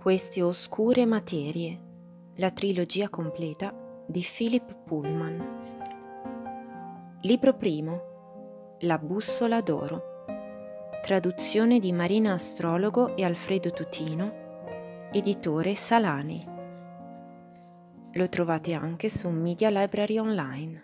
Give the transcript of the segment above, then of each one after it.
Queste oscure materie, la trilogia completa di Philip Pullman. Libro primo, La bussola d'oro. Traduzione di Marina Astrologo e Alfredo Tutino, editore Salani. Lo trovate anche su Media Library Online.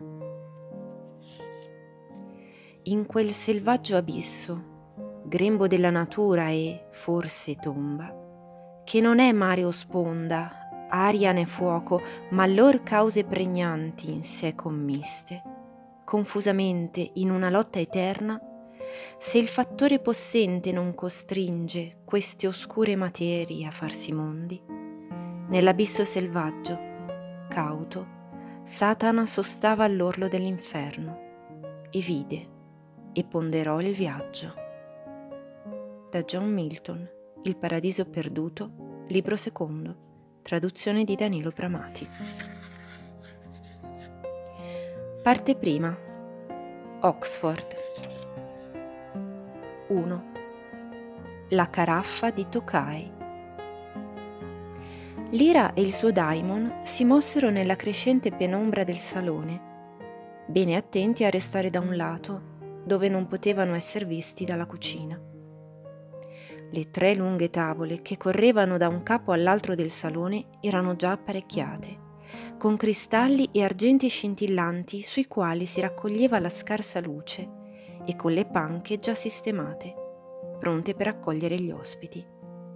In quel selvaggio abisso, grembo della natura e, forse, tomba, che non è mare o sponda, aria né fuoco, ma lor cause pregnanti in sé commiste, confusamente in una lotta eterna, se il fattore possente non costringe queste oscure materie a farsi mondi, nell'abisso selvaggio, cauto, Satana sostava all'orlo dell'inferno e vide e ponderò il viaggio. Da John Milton, Il paradiso perduto, libro secondo, traduzione di Danilo Bramati. Parte prima. Oxford. 1. La caraffa di Tokai. Lyra e il suo daimon si mossero nella crescente penombra del salone, bene attenti a restare da un lato, dove non potevano essere visti dalla cucina. Le 3 lunghe tavole che correvano da un capo all'altro del salone erano già apparecchiate, con cristalli e argenti scintillanti sui quali si raccoglieva la scarsa luce e con le panche già sistemate, pronte per accogliere gli ospiti.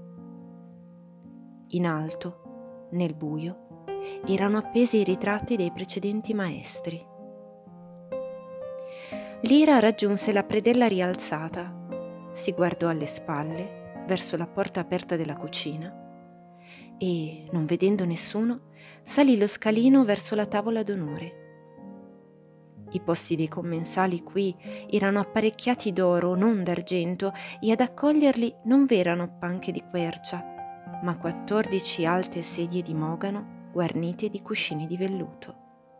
In alto, nel buio, erano appesi i ritratti dei precedenti maestri. Lyra raggiunse la predella rialzata, si guardò alle spalle, verso la porta aperta della cucina e, non vedendo nessuno, salì lo scalino verso la tavola d'onore. I posti dei commensali qui erano apparecchiati d'oro, non d'argento, e ad accoglierli non v'erano panche di quercia, ma 14 alte sedie di mogano guarnite di cuscini di velluto.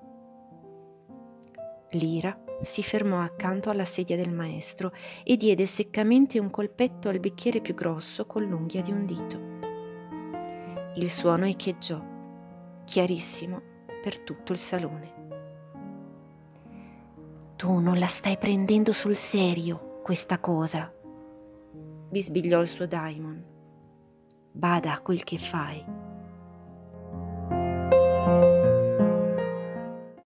Lyra si fermò accanto alla sedia del maestro e diede seccamente un colpetto al bicchiere più grosso con l'unghia di un dito. Il suono echeggiò, chiarissimo, per tutto il salone. «Tu non la stai prendendo sul serio, questa cosa», bisbigliò il suo daimon. «Bada a quel che fai,